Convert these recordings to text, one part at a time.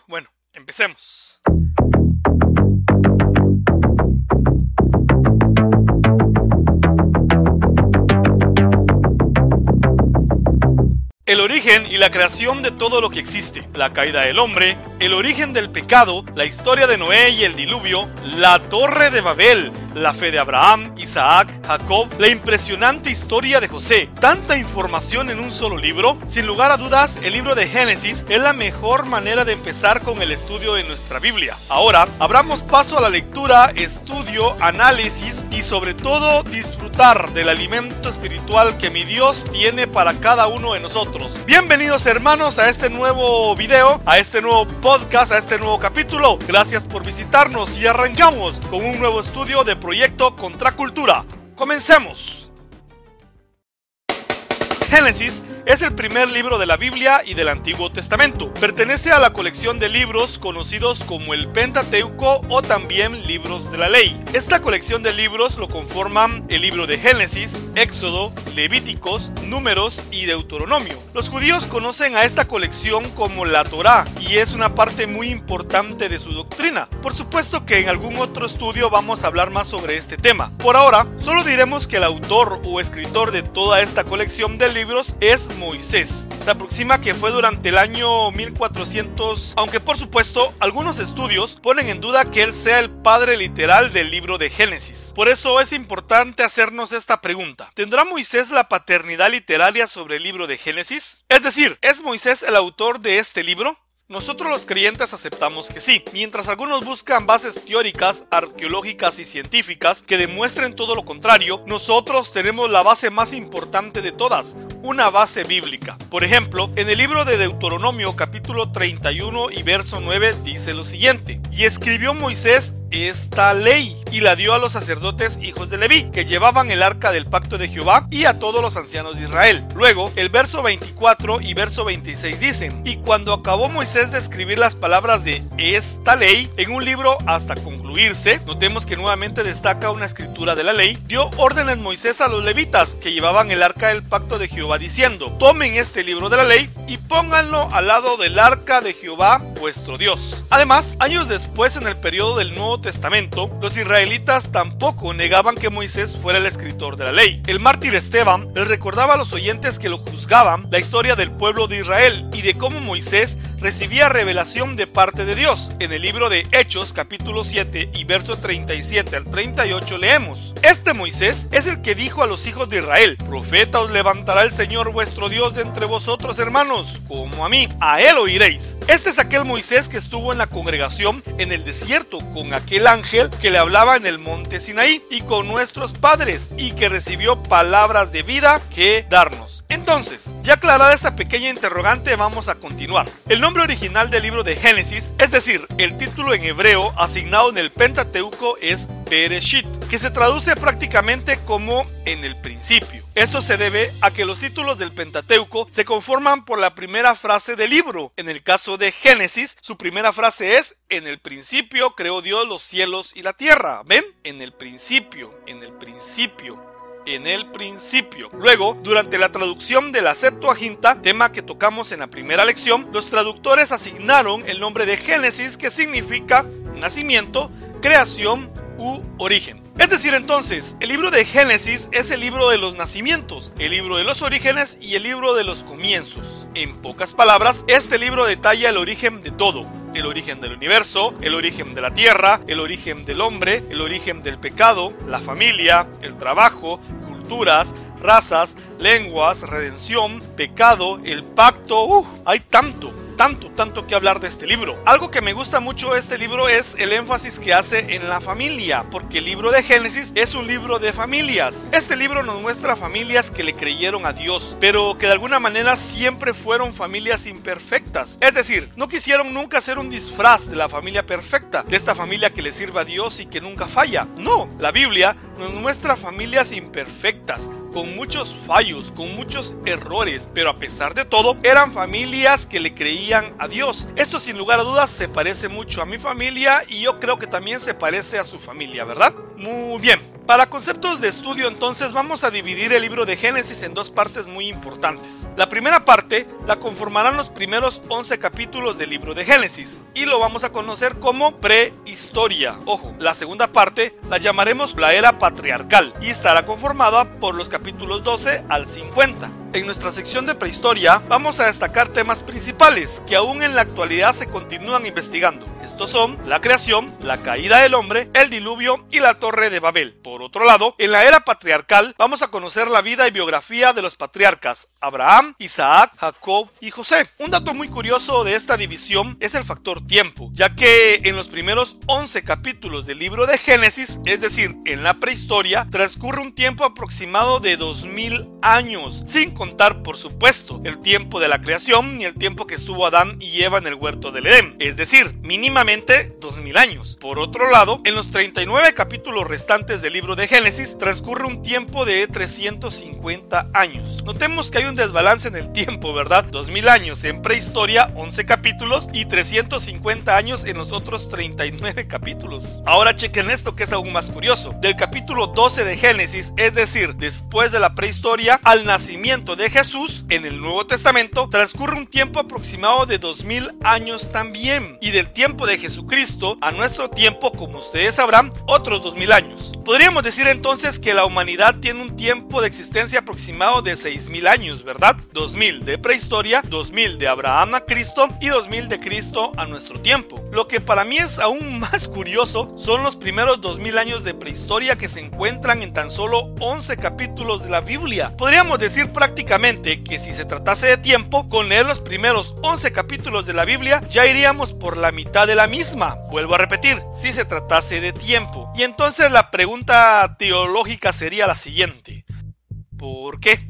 Bueno, empecemos. El origen y la creación de todo lo que existe, la caída del hombre, el origen del pecado, la historia de Noé y el diluvio, la torre de Babel, la fe de Abraham, Isaac, Jacob, la impresionante historia de José. Tanta información en un solo libro. Sin lugar a dudas, el libro de Génesis es la mejor manera de empezar con el estudio de nuestra Biblia. Ahora, abramos paso a la lectura, estudio, análisis y sobre todo disfrutar del alimento espiritual que mi Dios tiene para cada uno de nosotros. Bienvenidos hermanos a este nuevo video, a este nuevo podcast, a este nuevo capítulo. Gracias por visitarnos y arrancamos con un nuevo estudio de Proyecto Contracultura. ¡Comencemos! Génesis es el primer libro de la Biblia y del Antiguo Testamento. Pertenece a la colección de libros conocidos como el Pentateuco o también libros de la ley. Esta colección de libros lo conforman el libro de Génesis, Éxodo, Levíticos, Números y Deuteronomio. Los judíos conocen a esta colección como la Torá y es una parte muy importante de su doctrina. Por supuesto que en algún otro estudio vamos a hablar más sobre este tema. Por ahora, solo diremos que el autor o escritor de toda esta colección de libros es Moisés. Se aproxima que fue durante el año 1400, aunque por supuesto algunos estudios ponen en duda que él sea el padre literal del libro de Génesis. Por eso es importante hacernos esta pregunta: ¿tendrá Moisés la paternidad literaria sobre el libro de Génesis? Es decir, ¿es Moisés el autor de este libro? Nosotros los creyentes aceptamos que sí, mientras algunos buscan bases teóricas, arqueológicas y científicas que demuestren todo lo contrario, nosotros tenemos la base más importante de todas, una base bíblica. Por ejemplo, en el libro de Deuteronomio capítulo 31 y verso 9 dice lo siguiente: y escribió Moisés esta ley y la dio a los sacerdotes hijos de Leví, que llevaban el arca del pacto de Jehová, y a todos los ancianos de Israel. Luego, el verso 24 y verso 26 dicen: y cuando acabó Moisés de escribir las palabras de esta ley en un libro hasta concluirse, notemos que nuevamente destaca una escritura de la ley, dio órdenes Moisés a los levitas que llevaban el arca del pacto de Jehová, diciendo: tomen este libro de la ley y pónganlo al lado del arca de Jehová vuestro Dios. Además, años después, en el periodo del Nuevo Testamento, los israelitas tampoco negaban que Moisés fuera el escritor de la ley. El mártir Esteban les recordaba a los oyentes que lo juzgaban la historia del pueblo de Israel y de cómo Moisés recibía revelación de parte de Dios. En el libro de Hechos capítulo 7 y verso 37 al 38 leemos: este Moisés es el que dijo a los hijos de Israel: profeta os levantará el Señor vuestro Dios de entre vosotros, hermanos, como a mí, a él oiréis. Este es aquel Moisés que estuvo en la congregación en el desierto con aquel ángel que le hablaba en el monte Sinaí y con nuestros padres, y que recibió palabras de vida que darnos. Entonces, ya aclarada esta pequeña interrogante, vamos a continuar. El nombre original del libro de Génesis, es decir, el título en hebreo asignado en el Pentateuco, es Bereshit, que se traduce prácticamente como en el principio. Esto se debe a que los títulos del Pentateuco se conforman por la primera frase del libro. En el caso de Génesis, su primera frase es: en el principio creó Dios los cielos y la tierra. ¿Ven? En el principio, en el principio. En el principio. Luego, durante la traducción de la Septuaginta, tema que tocamos en la primera lección, los traductores asignaron el nombre de Génesis, que significa nacimiento, creación u origen. Es decir, entonces, el libro de Génesis es el libro de los nacimientos, el libro de los orígenes y el libro de los comienzos. En pocas palabras, este libro detalla el origen de todo: el origen del universo, el origen de la tierra, el origen del hombre, el origen del pecado, la familia, el trabajo, culturas, razas, lenguas, redención, pecado, el pacto. Hay tanto que hablar de este libro. Algo que me gusta mucho de este libro es el énfasis que hace en la familia, porque el libro de Génesis es un libro de familias. Este libro nos muestra familias que le creyeron a Dios, pero que de alguna manera siempre fueron familias imperfectas. Es decir, no quisieron nunca ser un disfraz de la familia perfecta, de esta familia que le sirve a Dios y que nunca falla. No, la Biblia nos muestra familias imperfectas, con muchos fallos, con muchos errores, pero a pesar de todo, eran familias que le creían a Dios. Esto sin lugar a dudas se parece mucho a mi familia y yo creo que también se parece a su familia, ¿verdad? Muy bien. Para conceptos de estudio, entonces, vamos a dividir el libro de Génesis en dos partes muy importantes. La primera parte la conformarán los primeros 11 capítulos del libro de Génesis y lo vamos a conocer como prehistoria. Ojo, la segunda parte la llamaremos la era patriarcal y estará conformada por los capítulos 12 al 50. En nuestra sección de prehistoria vamos a destacar temas principales que aún en la actualidad se continúan investigando. Estos son la creación, la caída del hombre, el diluvio y la torre de Babel. Por otro lado, en la era patriarcal vamos a conocer la vida y biografía de los patriarcas Abraham, Isaac, Jacob y José. Un dato muy curioso de esta división es el factor tiempo, ya que en los primeros 11 capítulos del libro de Génesis, es decir, en la prehistoria, transcurre un tiempo aproximado de 2000 años, sin contar, por supuesto, el tiempo de la creación ni el tiempo que estuvo Adán y Eva en el huerto del Edén, es decir, mínimamente 2000 años. Por otro lado, en los 39 capítulos restantes del libro de Génesis transcurre un tiempo de 350 años. Notemos que hay un desbalance en el tiempo, ¿verdad? 2000 años en prehistoria, 11 capítulos y 350 años en los otros 39 capítulos. Ahora chequen esto que es aún más curioso. Del capítulo 12 de Génesis, es decir, después de la prehistoria, al nacimiento de Jesús en el Nuevo Testamento, transcurre un tiempo aproximado de 2000 años también. Y del tiempo de Jesucristo a nuestro tiempo, como ustedes sabrán, otros 2000 años. Podríamos decir entonces que la humanidad tiene un tiempo de existencia aproximado de 6000 años, ¿verdad? 2000 de prehistoria, 2000 de Abraham a Cristo y 2000 de Cristo a nuestro tiempo. Lo que para mí es aún más curioso son los primeros 2000 años de prehistoria que se encuentran en tan solo 11 capítulos de la Biblia. Podríamos decir prácticamente que si se tratase de tiempo, con leer los primeros 11 capítulos de la Biblia ya iríamos por la mitad de la misma. Vuelvo a repetir, si se tratase de tiempo. Y entonces la pregunta teológica sería la siguiente: ¿por qué?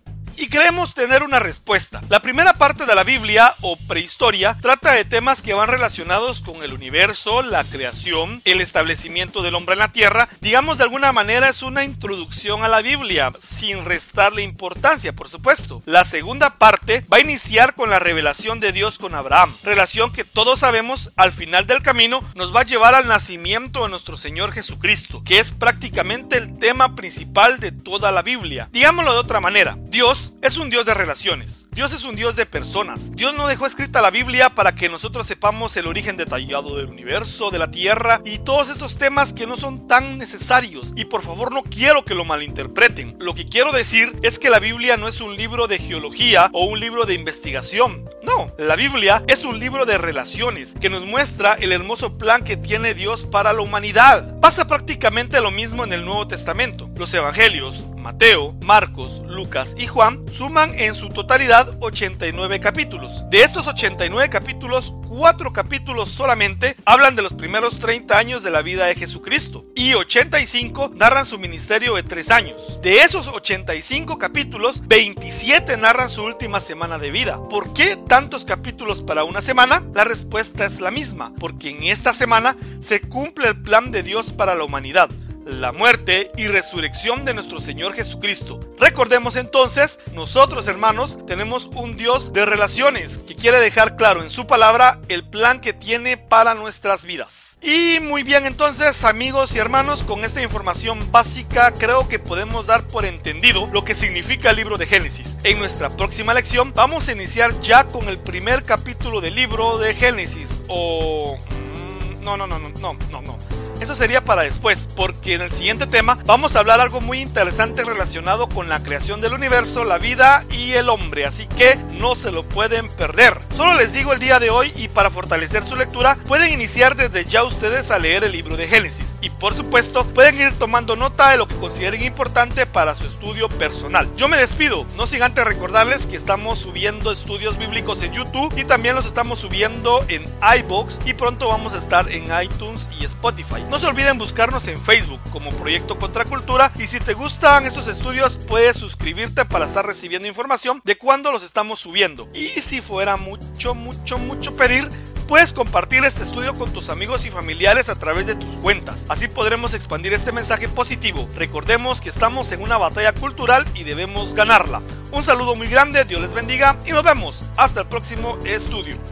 Y creemos tener una respuesta. La primera parte de la Biblia, o prehistoria, trata de temas que van relacionados con el universo, la creación, el establecimiento del hombre en la tierra. Digamos, de alguna manera es una introducción a la Biblia, sin restarle importancia, por supuesto. La segunda parte va a iniciar con la revelación de Dios con Abraham, relación que todos sabemos al final del camino nos va a llevar al nacimiento de nuestro Señor Jesucristo, que es prácticamente el tema principal de toda la Biblia. Digámoslo de otra manera, Dios es un Dios de relaciones. Dios es un Dios de personas. Dios no dejó escrita la Biblia para que nosotros sepamos el origen detallado del universo, de la tierra y todos estos temas que no son tan necesarios. Y por favor, no quiero que lo malinterpreten. Lo que quiero decir es que la Biblia no es un libro de geología o un libro de investigación. No, la Biblia es un libro de relaciones que nos muestra el hermoso plan que tiene Dios para la humanidad. Pasa prácticamente lo mismo en el Nuevo Testamento. Los evangelios, Mateo, Marcos, Lucas y Juan, suman en su totalidad 89 capítulos. De estos 89 capítulos, 4 capítulos solamente hablan de los primeros 30 años de la vida de Jesucristo y 85 narran su ministerio de 3 años. De esos 85 capítulos, 27 narran su última semana de vida. ¿Por qué tantos capítulos para una semana? La respuesta es la misma, porque en esta semana se cumple el plan de Dios para la humanidad: la muerte y resurrección de nuestro Señor Jesucristo. Recordemos entonces, nosotros, hermanos, tenemos un Dios de relaciones que quiere dejar claro en su palabra el plan que tiene para nuestras vidas. Y muy bien, entonces, amigos y hermanos, con esta información básica creo que podemos dar por entendido lo que significa el libro de Génesis. En nuestra próxima lección vamos a iniciar ya con el primer capítulo del libro de Génesis. No. Eso sería para después, porque en el siguiente tema vamos a hablar algo muy interesante relacionado con la creación del universo, la vida y el hombre, así que no se lo pueden perder. Solo les digo el día de hoy, y para fortalecer su lectura, pueden iniciar desde ya ustedes a leer el libro de Génesis. Y por supuesto, pueden ir tomando nota de lo que consideren importante para su estudio personal. Yo me despido, no sin antes recordarles que estamos subiendo estudios bíblicos en YouTube y también los estamos subiendo en iVoox y pronto vamos a estar en iTunes y Spotify. No se olviden buscarnos en Facebook como Proyecto Contracultura, y si te gustan estos estudios puedes suscribirte para estar recibiendo información de cuando los estamos subiendo. Y si fuera mucho pedir, puedes compartir este estudio con tus amigos y familiares a través de tus cuentas. Así podremos expandir este mensaje positivo. Recordemos que estamos en una batalla cultural y debemos ganarla. Un saludo muy grande, Dios les bendiga y nos vemos hasta el próximo estudio.